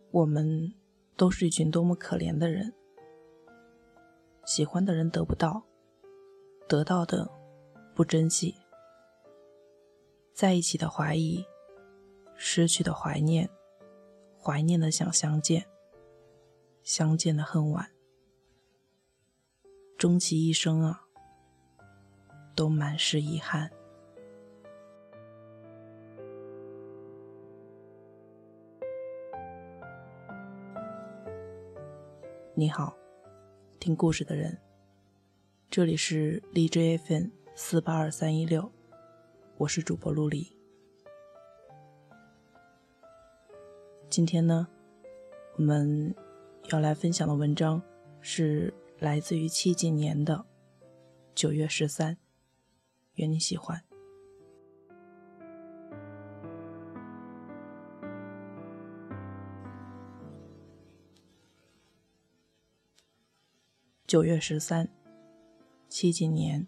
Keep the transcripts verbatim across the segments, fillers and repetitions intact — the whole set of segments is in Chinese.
我们都是一群多么可怜的人，喜欢的人得不到，得到的不珍惜，在一起的怀疑，失去的怀念，怀念的想相见，相见的恨晚，终其一生啊，都满是遗憾。你好，听故事的人，这里是荔枝 F M 四八二三一六，我是主播陆离。今天呢，我们要来分享的文章是来自于戚锦年的九月十三，愿你喜欢。九月十三，戚锦年。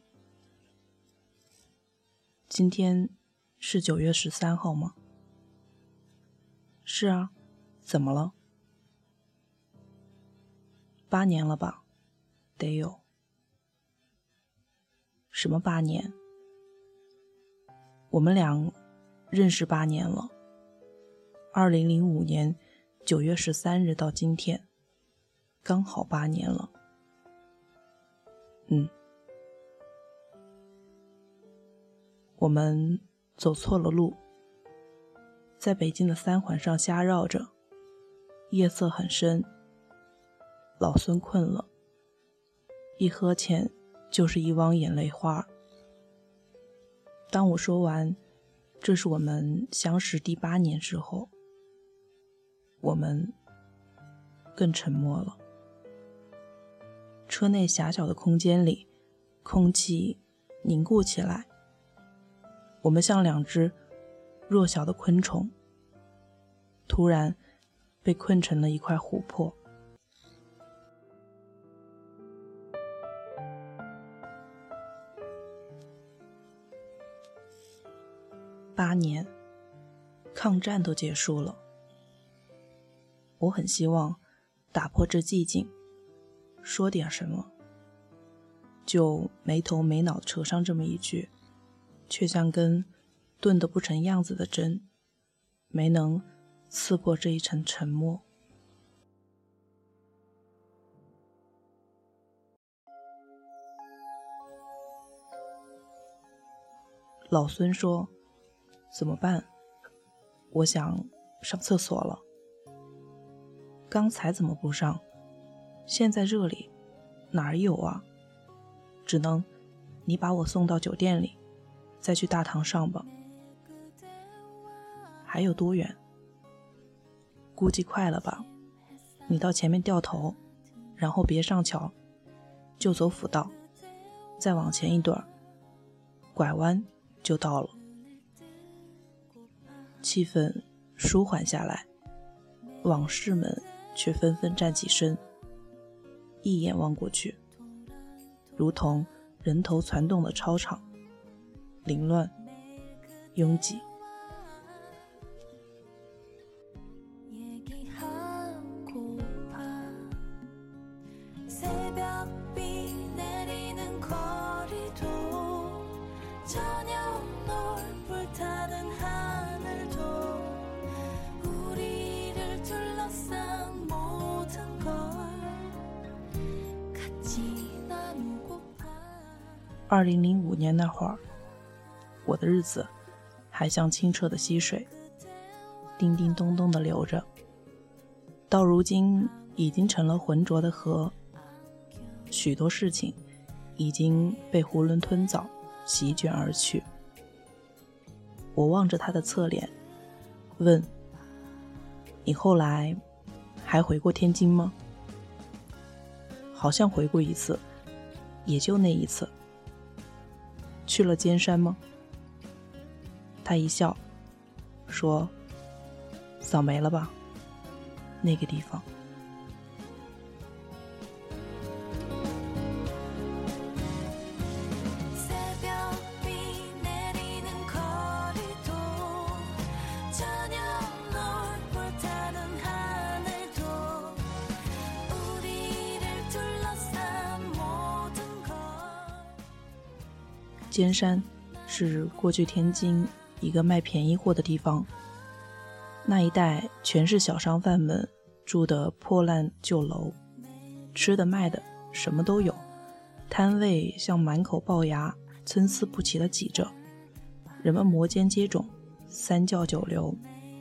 今天是九月十三号吗？是啊，怎么了？八年了吧，得有。什么八年？我们俩认识八年了。二零零五年九月十三日到今天，刚好八年了。嗯，我们走错了路，在北京的三环上瞎绕着，夜色很深，老孙困了，一喝浅就是一汪眼泪花。当我说完这是我们相识第八年之后，我们更沉默了。车内狭小的空间里，空气凝固起来，我们像两只弱小的昆虫，突然被困成了一块琥珀。八年，抗战都结束了。我很希望打破这寂静，说点什么，就没头没脑扯上这么一句，却像根钝得不成样子的针，没能刺破这一层沉默。老孙说，怎么办？我想上厕所了。刚才怎么不上？现在这里哪儿有啊？只能你把我送到酒店里，再去大堂上吧。还有多远？估计快了吧。你到前面掉头，然后别上桥，就走辅道，再往前一段，拐弯就到了。气氛舒缓下来，往事们却纷纷站起身，一眼望过去，如同人头攒动的操场，凌乱拥挤。二零零五年那会儿，我的日子还像清澈的溪水，叮叮咚咚地流着，到如今已经成了浑浊的河，许多事情已经被囫囵吞枣席卷而去。我望着他的侧脸，问：你后来还回过天津吗？好像回过一次，也就那一次。去了尖山吗？他一笑说，扫没了吧，那个地方。 尖山是过去天津一个卖便宜货的地方，那一带全是小商贩们住的破烂旧楼，吃的卖的什么都有，摊位像满口龅牙，参差不齐的挤着，人们摩肩接踵，三教九流。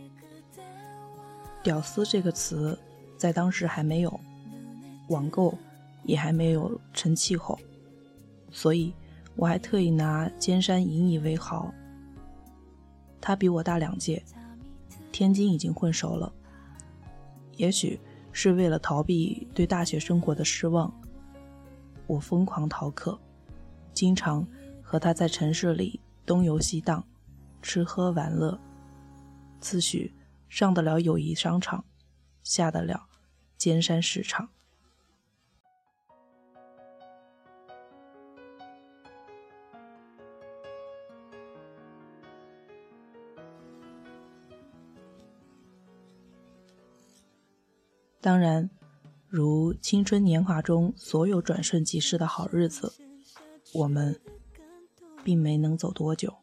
屌丝这个词在当时还没有，网购也还没有成气候，所以我还特意拿尖山引以为豪。他比我大两届，天津已经混熟了，也许是为了逃避对大学生活的失望，我疯狂逃课，经常和他在城市里东游西荡，吃喝玩乐，自诩上得了友谊商场，下得了尖山市场。当然，如青春年华中所有转瞬即逝的好日子，我们并没能走多久。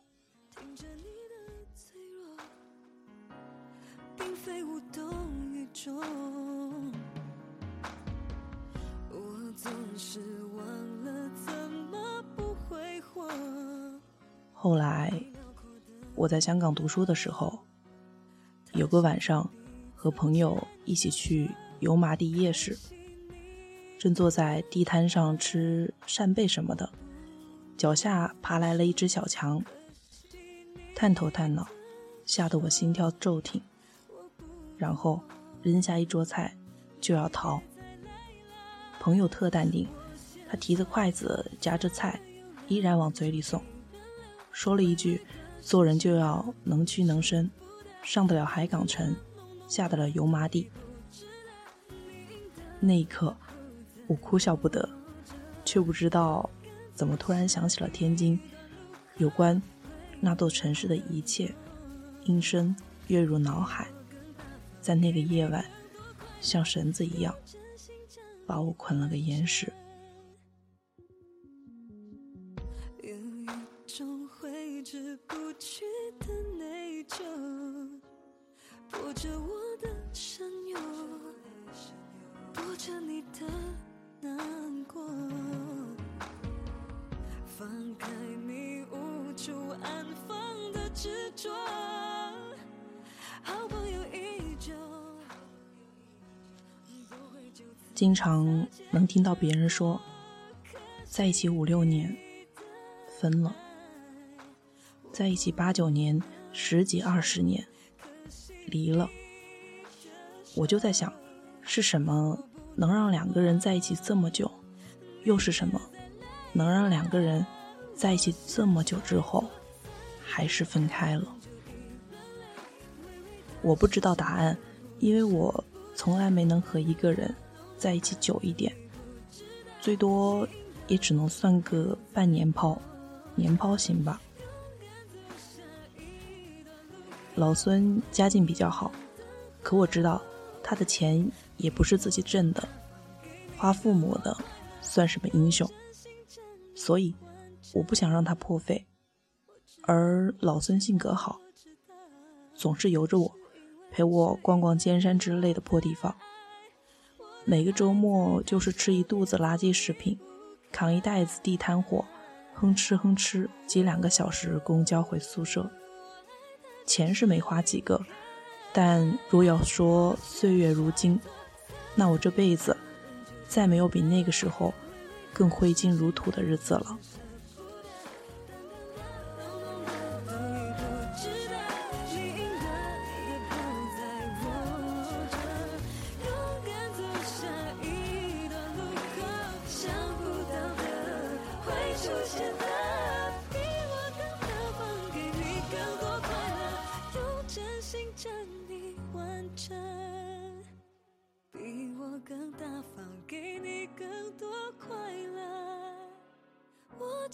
后来我在香港读书的时候，有个晚上和朋友一起去油麻地夜市，正坐在地摊上吃扇贝什么的，脚下爬来了一只小强，探头探脑，吓得我心跳骤停，然后扔下一桌菜就要逃。朋友特淡定，他提着筷子夹着菜依然往嘴里送，说了一句做人就要能屈能伸，上得了海港城，下得了油麻地。那一刻我哭笑不得，却不知道怎么突然想起了天津有关那座城市的一切，应声跃入脑海，在那个夜晚像绳子一样把我捆了个严实。 有一种挥之不去的内疚，拨着我的身忧，拨着你的难过，放开你无处安放的执着，好朋友依旧。 经常能听到别人说，在一起五六年分了，在一起八九年十几二十年离了。我就在想，是什么能让两个人在一起这么久，又是什么能让两个人在一起这么久之后还是分开了？我不知道答案，因为我从来没能和一个人在一起久一点，最多也只能算个半年抛，年抛型吧。老孙家境比较好，可我知道他的钱也不是自己挣的，花父母的算什么英雄，所以我不想让他破费。而老孙性格好，总是由着我，陪我逛逛尖山之类的破地方，每个周末就是吃一肚子垃圾食品，扛一袋子地摊货，哼哧哼哧挤两个小时公交回宿舍。钱是没花几个，但若要说岁月如金，那我这辈子再没有比那个时候更挥金如土的日子了。 比我更大方，给你更多快乐。我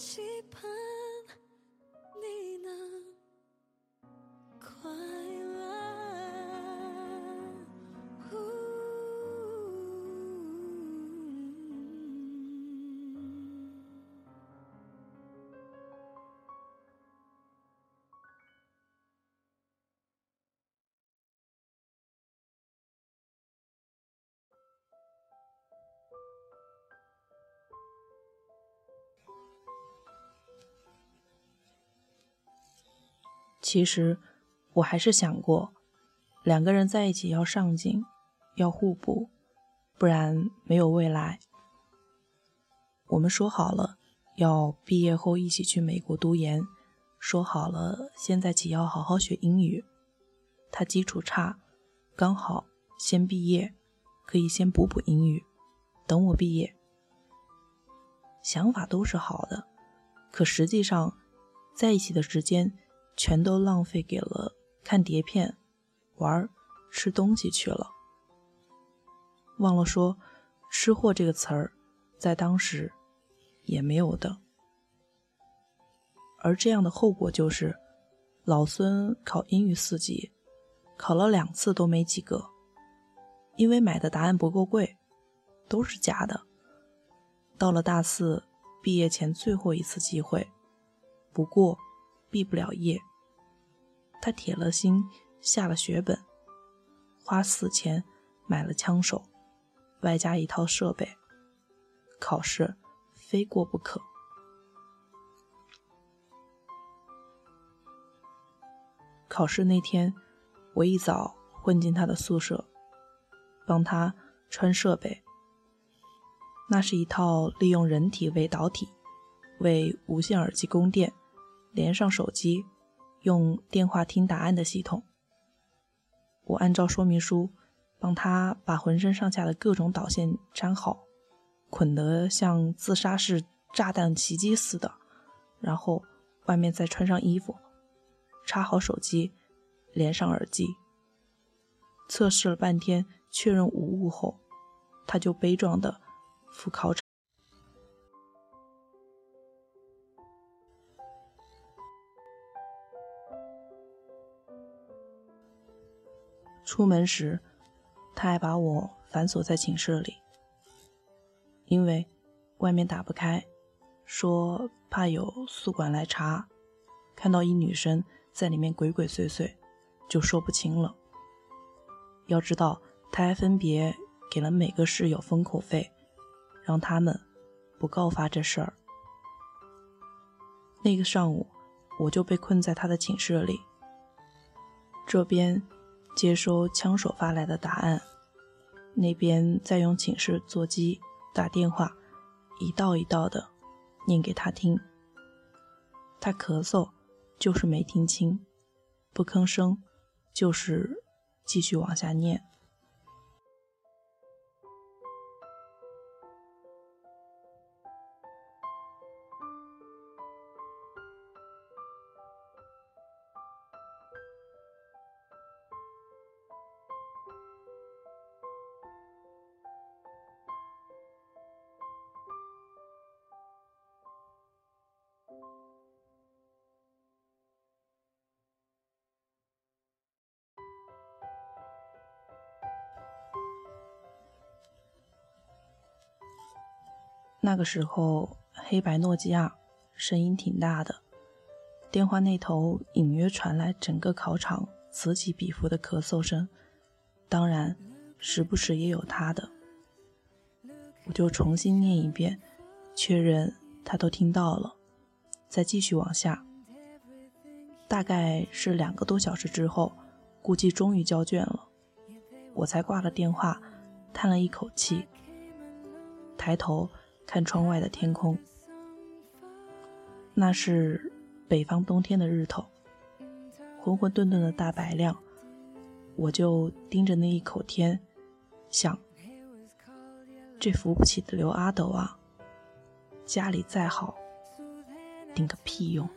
其实我还是想过，两个人在一起要上进，要互补，不然没有未来。我们说好了要毕业后一起去美国读研，说好了现在起要好好学英语。他基础差，刚好先毕业，可以先补补英语，等我毕业。想法都是好的，可实际上在一起的时间全都浪费给了看碟片、玩、吃东西去了。忘了说，吃货这个词儿在当时也没有的。而这样的后果就是，老孙考英语四级，考了两次都没及格，因为买的答案不够贵，都是假的。到了大四毕业前最后一次机会，不过毕不了业，他铁了心下了血本，花四千买了枪手，外加一套设备，考试非过不可。考试那天，我一早混进他的宿舍，帮他穿设备。那是一套利用人体为导体，为无线耳机供电，连上手机，用电话听答案的系统。我按照说明书帮他把浑身上下的各种导线粘好，捆得像自杀式炸弹袭击似的，然后外面再穿上衣服，插好手机，连上耳机。测试了半天，确认无误后，他就悲壮地赴考场。出门时，他还把我反锁在寝室里，因为外面打不开，说怕有宿管来查，看到一女生在里面鬼鬼祟祟，就说不清了。要知道，他还分别给了每个室友封口费，让他们不告发这事儿。那个上午，我就被困在他的寝室里，这边接收枪手发来的答案，那边再用寝室座机打电话，一道一道的念给他听。他咳嗽就是没听清，不吭声就是继续往下念。那个时候黑白诺基亚声音挺大的，电话那头隐约传来整个考场此起彼伏的咳嗽声，当然时不时也有他的。我就重新念一遍，确认他都听到了，再继续往下。大概是两个多小时之后，估计终于交卷了，我才挂了电话，叹了一口气，抬头看窗外的天空。那是北方冬天的日头，浑浑沌沌的大白亮，我就盯着那一口天，想，这扶不起的刘阿斗啊，家里再好，顶个屁用。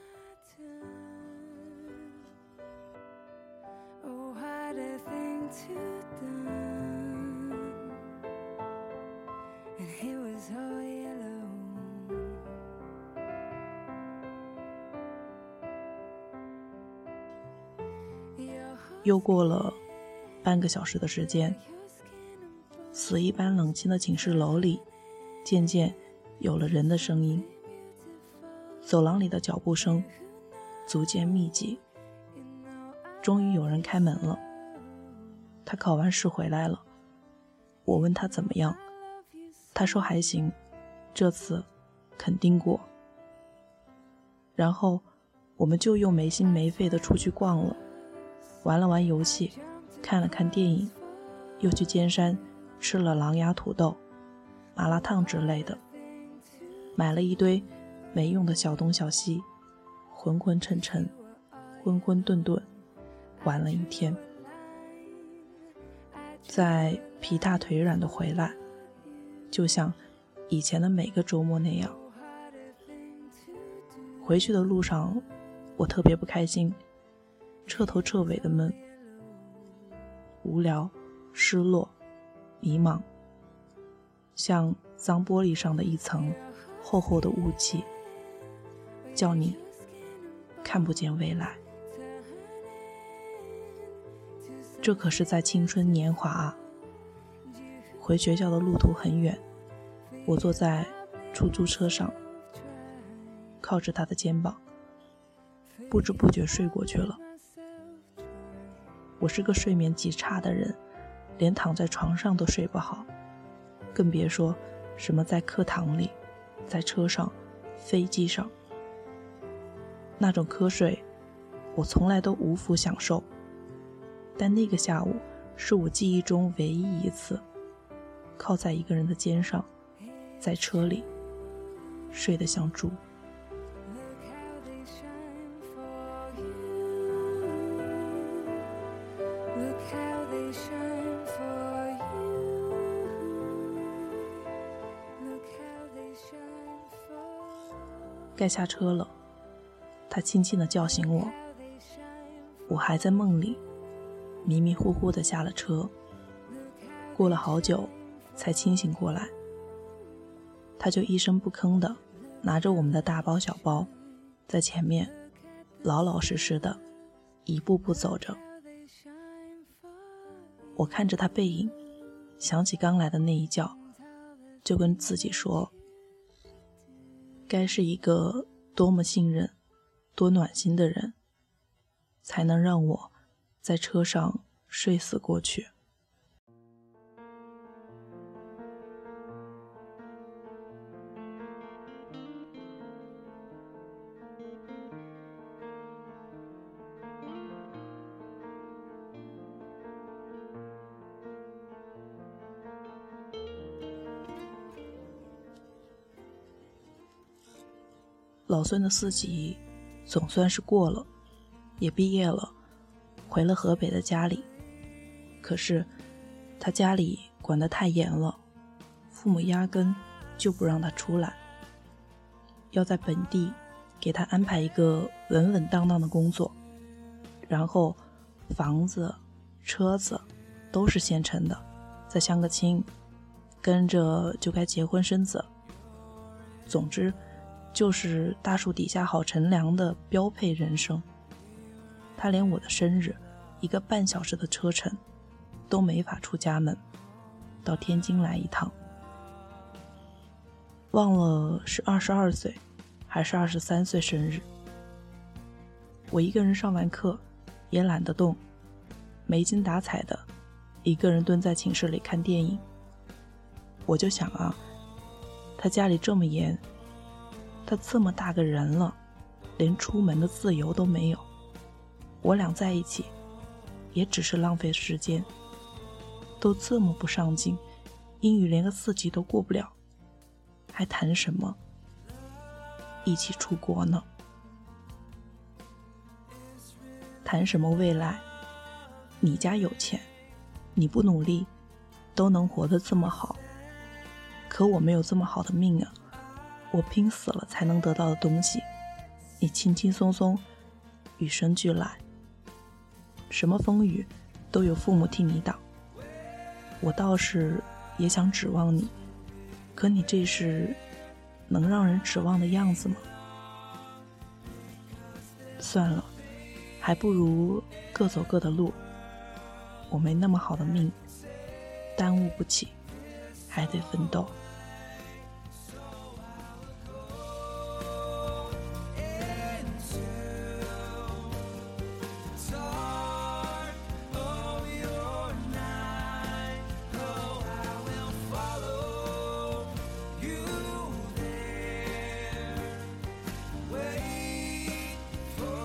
又过了半个小时的时间，死一般冷清的寝室楼里渐渐有了人的声音，走廊里的脚步声逐渐密集。终于有人开门了，他考完试回来了，我问他怎么样，他说还行，这次肯定过。然后我们就又没心没肺地出去逛了，玩了玩游戏，看了看电影，又去尖山吃了狼牙土豆、麻辣烫之类的，买了一堆没用的小东小西，浑浑沉沉，浑浑沌沌，玩了一天，再皮大腿软的回来，就像以前的每个周末那样。回去的路上，我特别不开心，彻头彻尾的闷，无聊、失落、迷茫，像脏玻璃上的一层厚厚的雾气，叫你看不见未来。这可是在青春年华啊！回学校的路途很远，我坐在出租车上，靠着他的肩膀，不知不觉睡过去了。我是个睡眠极差的人，连躺在床上都睡不好，更别说什么在课堂里、在车上、飞机上。那种瞌睡，我从来都无福享受。但那个下午，是我记忆中唯一一次，靠在一个人的肩上，在车里，睡得像猪。该下车了，他轻轻地叫醒我，我还在梦里，迷迷糊糊地下了车，过了好久才清醒过来。他就一声不吭地拿着我们的大包小包，在前面老老实实地一步步走着。我看着他背影，想起刚来的那一觉，就跟自己说，该是一个多么信任、多暖心的人，才能让我在车上睡死过去。老孙的四级总算是过了，也毕业了，回了河北的家里。可是他家里管得太严了，父母压根就不让他出来，要在本地给他安排一个稳稳当当的工作，然后房子、车子都是现成的，再相个亲，跟着就该结婚生子。总之就是大树底下好乘凉的标配人生。他连我的生日一个半小时的车程都没法出家门，到天津来一趟。忘了是二十二岁还是二十三岁生日。我一个人上完课也懒得动，没精打采的一个人蹲在寝室里看电影。我就想啊，他家里这么严，他这么大个人了，连出门的自由都没有，我俩在一起也只是浪费时间。都这么不上进，英语连个四级都过不了，还谈什么一起出国呢？谈什么未来？你家有钱，你不努力都能活得这么好，可我没有这么好的命啊！我拼死了才能得到的东西，你轻轻松松与生俱来，什么风雨都有父母替你挡。我倒是也想指望你，可你这是能让人指望的样子吗？算了，还不如各走各的路。我没那么好的命，耽误不起，还得奋斗。 For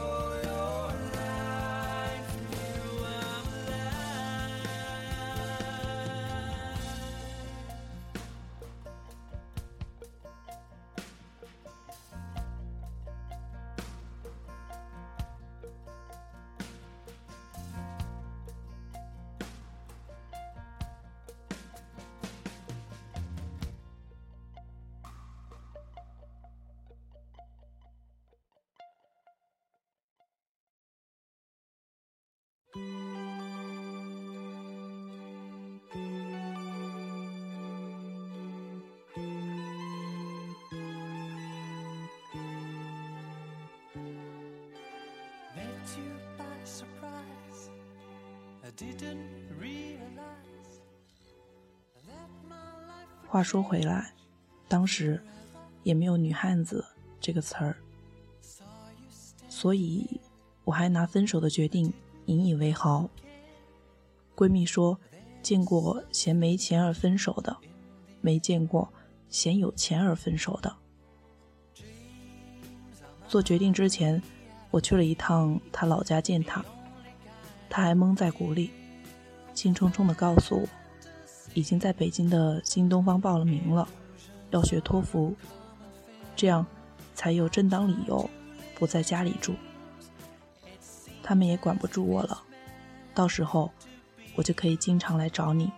话说回来，当时也没有女汉子这个词儿，所以我还拿分手的决定引以为豪。闺蜜说，见过嫌没钱而分手的，没见过嫌有钱而分手的。做决定之前，我去了一趟她老家见她，她还蒙在鼓里，兴冲冲地告诉我，已经在北京的新东方报了名了，要学托福，这样才有正当理由不在家里住。他们也管不住我了，到时候我就可以经常来找你。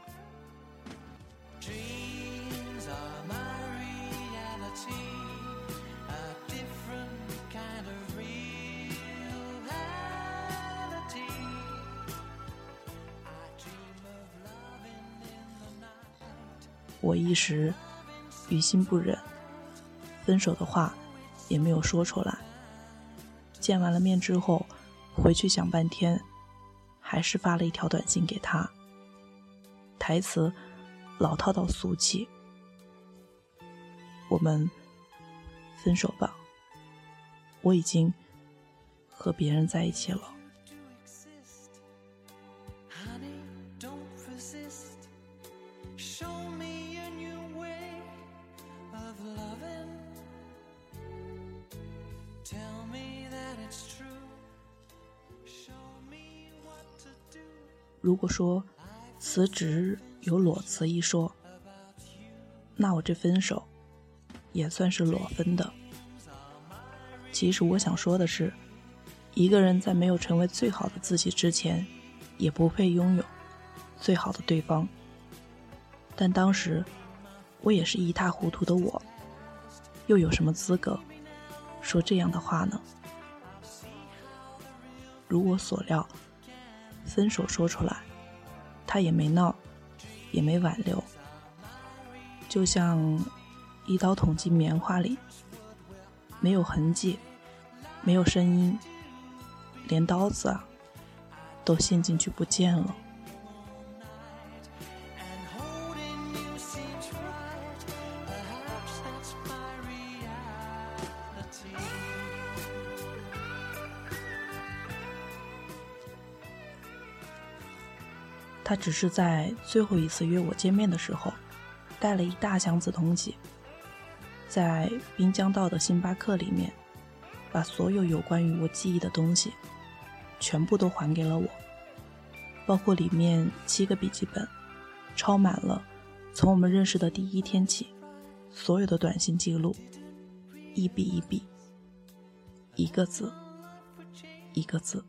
我一时于心不忍，分手的话也没有说出来。见完了面之后，回去想半天，还是发了一条短信给他，台词老套到俗气，我们分手吧，我已经和别人在一起了。如果说辞职有裸辞一说，那我这分手也算是裸分的。其实我想说的是，一个人在没有成为最好的自己之前，也不配拥有最好的对方。但当时我也是一塌糊涂的我，又有什么资格说这样的话呢？如我所料，分手说出来，他也没闹，也没挽留，就像一刀捅进棉花里，没有痕迹，没有声音，连刀子啊都陷进去不见了。他只是在最后一次约我见面的时候，带了一大箱子东西，在滨江道的星巴克里面，把所有有关于我记忆的东西全部都还给了我，包括里面七个笔记本，抄满了从我们认识的第一天起所有的短信记录，一笔一笔，一个字一个字。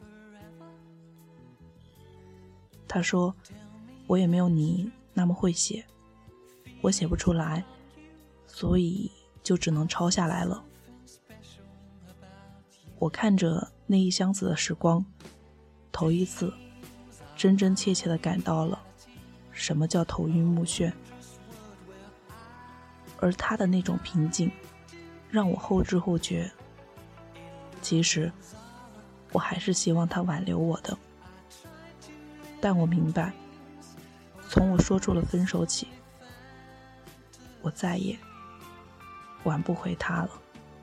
他说，我也没有你那么会写，我写不出来，所以就只能抄下来了。我看着那一箱子的时光，头一次真真切切地感到了什么叫头晕目眩。而他的那种平静让我后知后觉，其实我还是希望他挽留我的。但我明白，从我说出了分手起，我再也挽不回他了。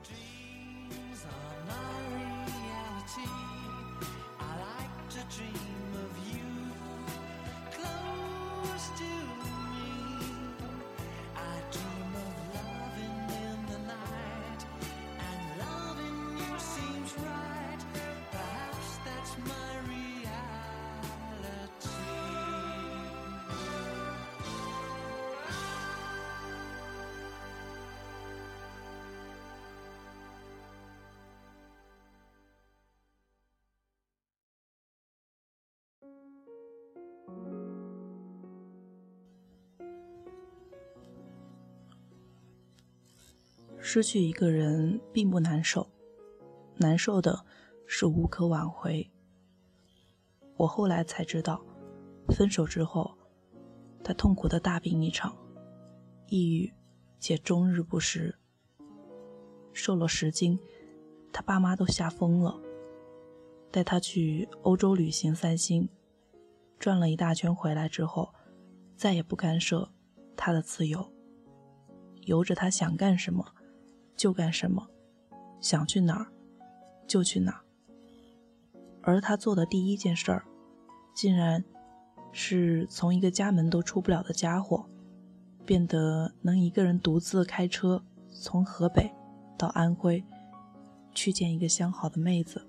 失去一个人并不难受，难受的是无可挽回。我后来才知道，分手之后，他痛苦的大病一场，抑郁且终日不食，瘦了十斤，他爸妈都吓疯了，带他去欧洲旅行散心， 转了一大圈回来之后，再也不干涉他的自由，由着他想干什么就干什么，想去哪儿就去哪儿。而他做的第一件事儿，竟然是从一个家门都出不了的家伙，变得能一个人独自开车从河北到安徽，去见一个相好的妹子。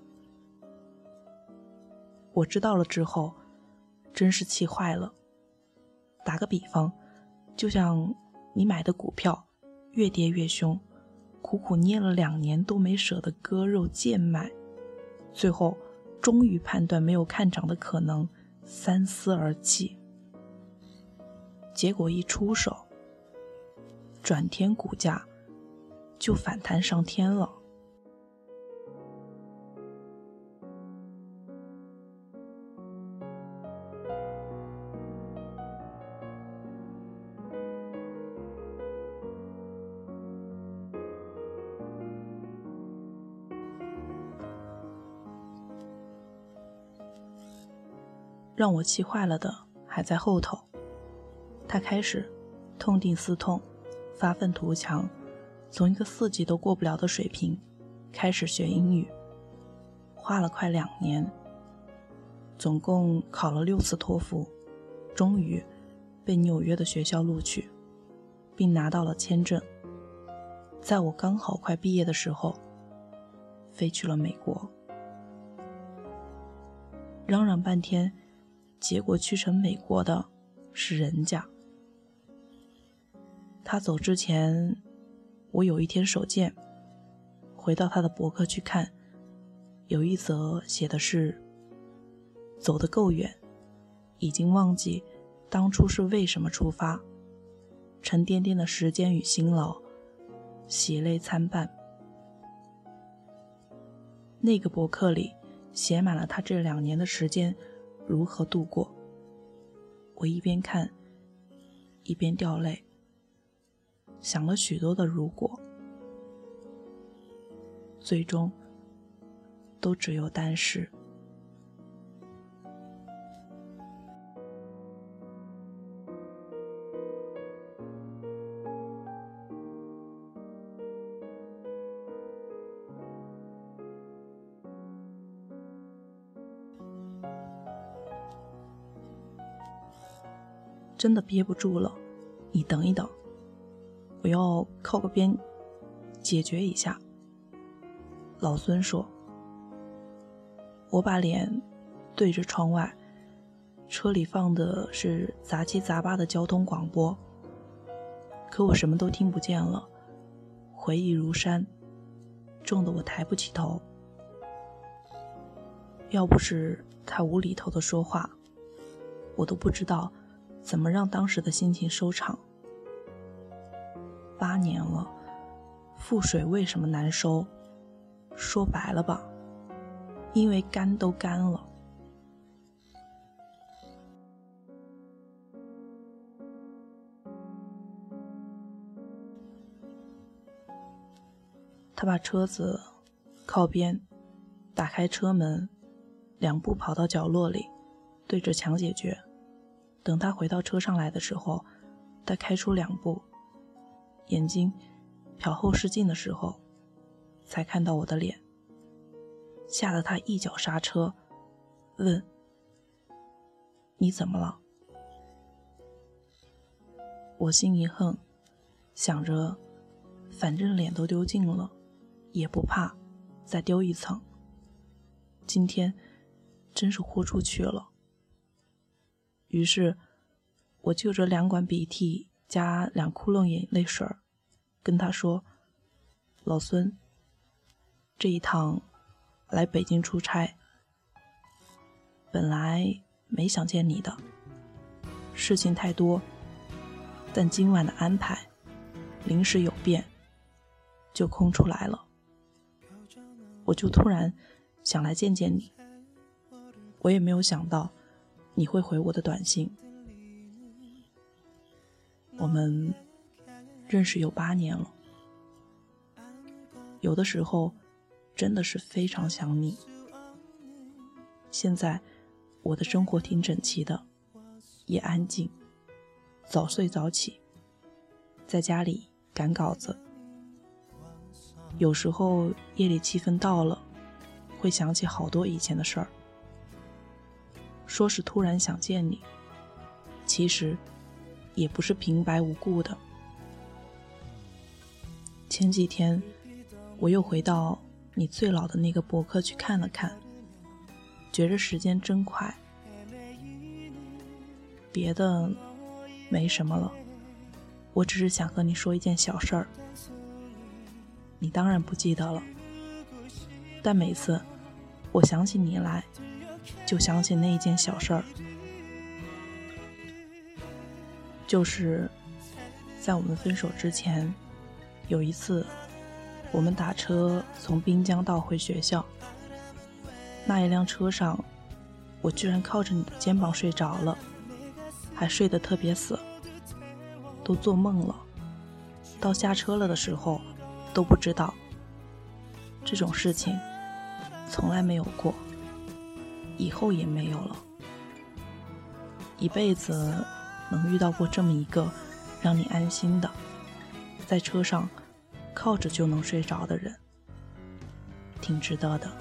我知道了之后，真是气坏了。打个比方，就像你买的股票越跌越凶，苦苦捏了两年都没舍得割肉贱卖，最后终于判断没有看涨的可能，三思而弃。结果一出手，转天股价就反弹上天了。让我气坏了的还在后头，他开始痛定思痛，发愤图强，从一个四级都过不了的水平开始学英语，花了快两年，总共考了六次托福，终于被纽约的学校录取，并拿到了签证。在我刚好快毕业的时候，飞去了美国。嚷嚷半天，结果去成美国的是人家。他走之前，我有一天手贱回到他的博客去看，有一则写的是走得够远，已经忘记当初是为什么出发，沉甸甸的时间与辛劳，喜泪参半。那个博客里写满了他这两年的时间如何度过。我一边看一边掉泪，想了许多的如果，最终都只有但是。真的憋不住了，你等一等，我要靠个边解决一下。老孙说。我把脸对着窗外，车里放的是杂七杂八的交通广播，可我什么都听不见了，回忆如山，重得我抬不起头。要不是他无厘头的说话，我都不知道怎么让当时的心情收场。八年了，覆水为什么难收？说白了吧，因为干都干了。他把车子靠边，打开车门，两步跑到角落里，对着墙解决。等他回到车上来的时候，他开出两步，眼睛瞟后视镜的时候，才看到我的脸，吓得他一脚刹车，问：你怎么了？我心一横，想着反正脸都丢尽了，也不怕再丢一层，今天真是豁出去了。于是我就着两管鼻涕加两窟窿眼泪水跟他说：老孙，这一趟来北京出差，本来没想见你的，事情太多，但今晚的安排临时有变，就空出来了。我就突然想来见见你，我也没有想到你会回我的短信。我们认识有八年了，有的时候真的是非常想你。现在我的生活挺整齐的，也安静，早睡早起，在家里赶稿子。有时候夜里气氛到了，会想起好多以前的事儿，说是突然想见你，其实也不是平白无故的。前几天我又回到你最老的那个博客去看了看，觉着时间真快。别的没什么了，我只是想和你说一件小事儿。你当然不记得了，但每次我想起你来，就想起那一件小事儿，就是在我们分手之前，有一次我们打车从滨江道回学校，那一辆车上我居然靠着你的肩膀睡着了，还睡得特别死，都做梦了，到下车了的时候都不知道。这种事情从来没有过，以后也没有了。一辈子能遇到过这么一个让你安心的，在车上靠着就能睡着的人，挺值得的。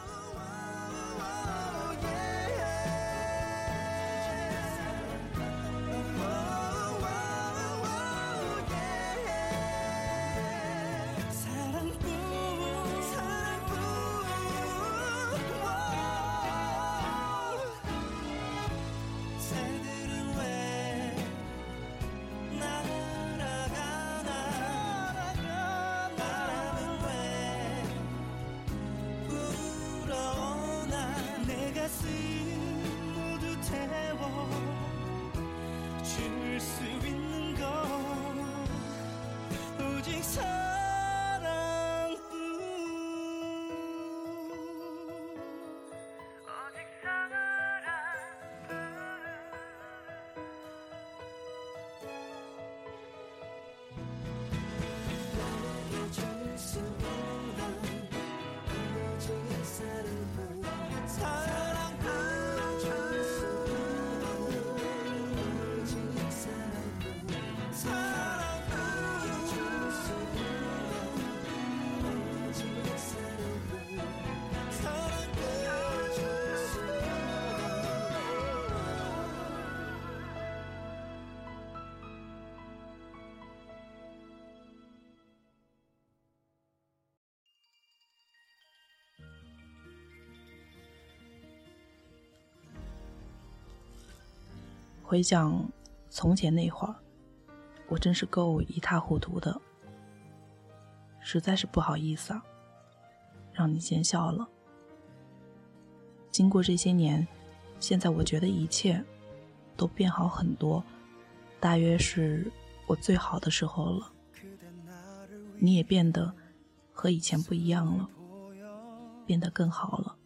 回想从前那会儿，我真是够一塌糊涂的，实在是不好意思啊，让你见笑了。经过这些年，现在我觉得一切都变好很多，大约是我最好的时候了。你也变得和以前不一样了，变得更好了。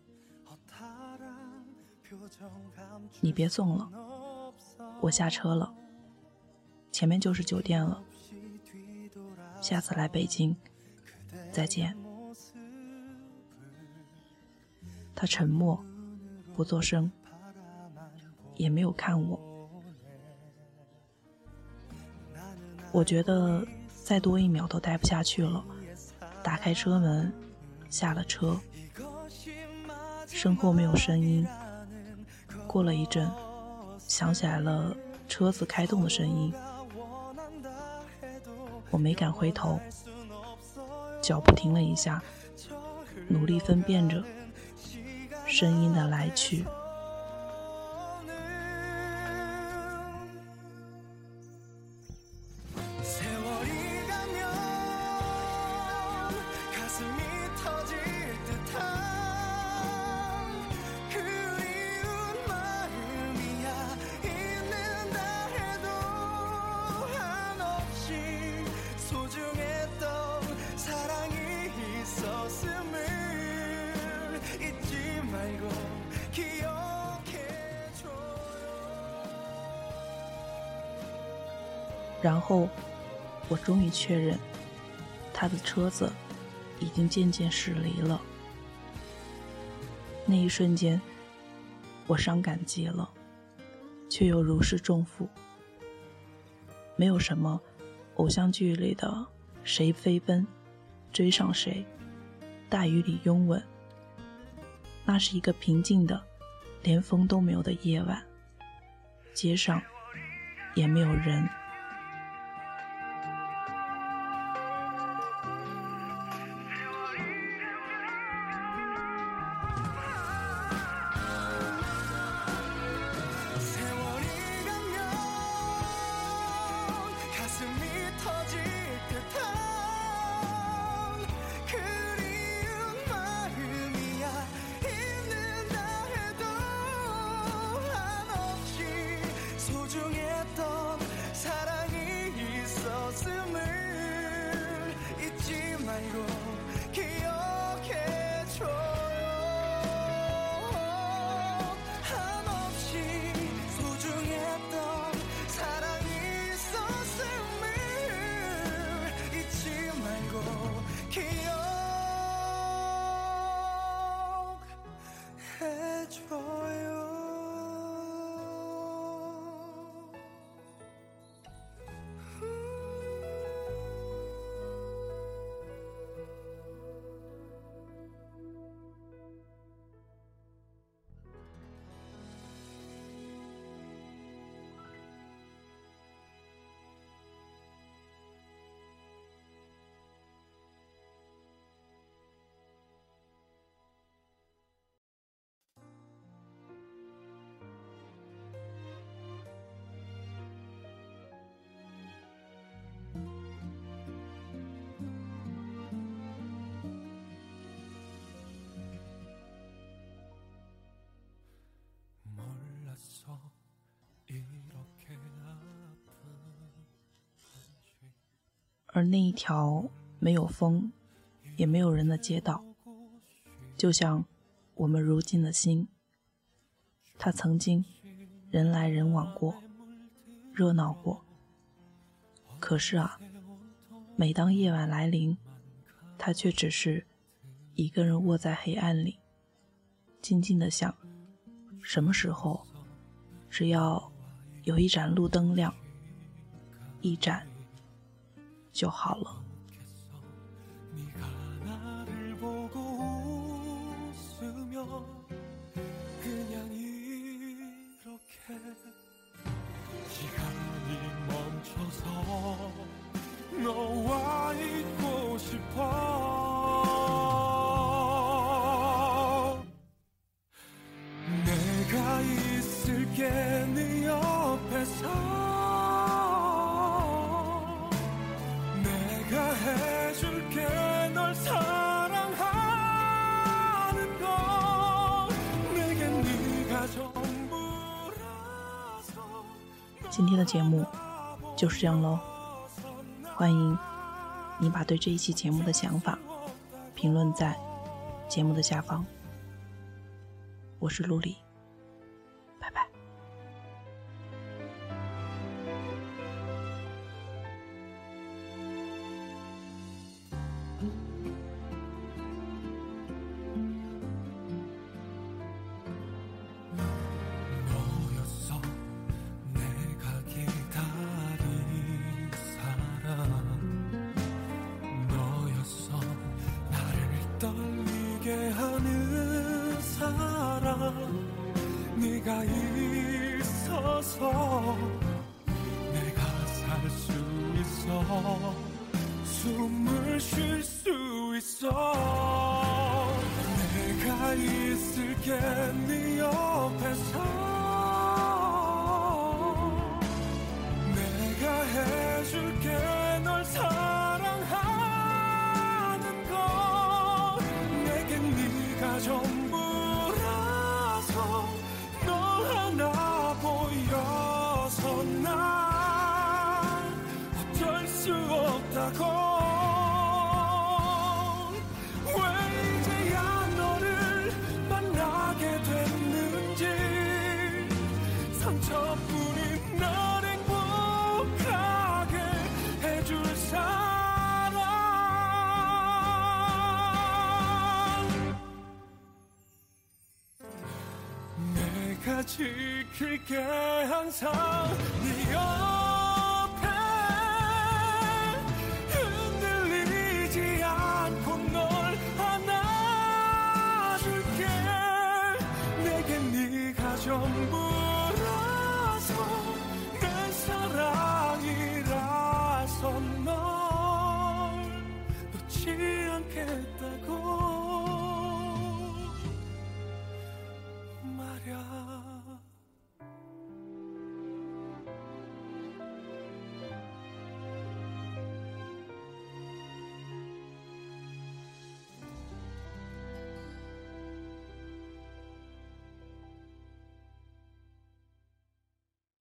你别送了，我下车了，前面就是酒店了，下次来北京再见。他沉默不作声，也没有看我。我觉得再多一秒都待不下去了，打开车门下了车，身后没有声音。过了一阵，想起来了车子开动的声音，我没敢回头，脚步停了一下，努力分辨着声音的来去。然后我终于确认，他的车子已经渐渐驶离了。那一瞬间， 我伤感极了，却又如释重负。没有什么偶像剧里的谁飞奔追上谁，大雨里拥吻。那是一个平静的连风都没有的夜晚，街上也没有人。而那一条没有风也没有人的街道，就像我们如今的心，它曾经人来人往过，热闹过。可是啊，每当夜晚来临，它却只是一个人卧在黑暗里，静静地想，什么时候只要有一盏路灯亮，一盏就好了。今天的节目就是这样咯，欢迎你把对这一期节目的想法评论在节目的下方。我是陆离，拜拜。 네가 있어서 내가 살 수 있어, 숨을 쉴 수 있어. 내가 있을게 네 옆에서, 내가 해줄게 널 사랑하는 거. 내겐 네가 전부라서 너 하나 보여서 난 어쩔 수 없다고. 왜 이제야 너를 만나게 됐는지, 상처뿐인 날 행복하게 해줄 사람. 내가 지킬게 항상 네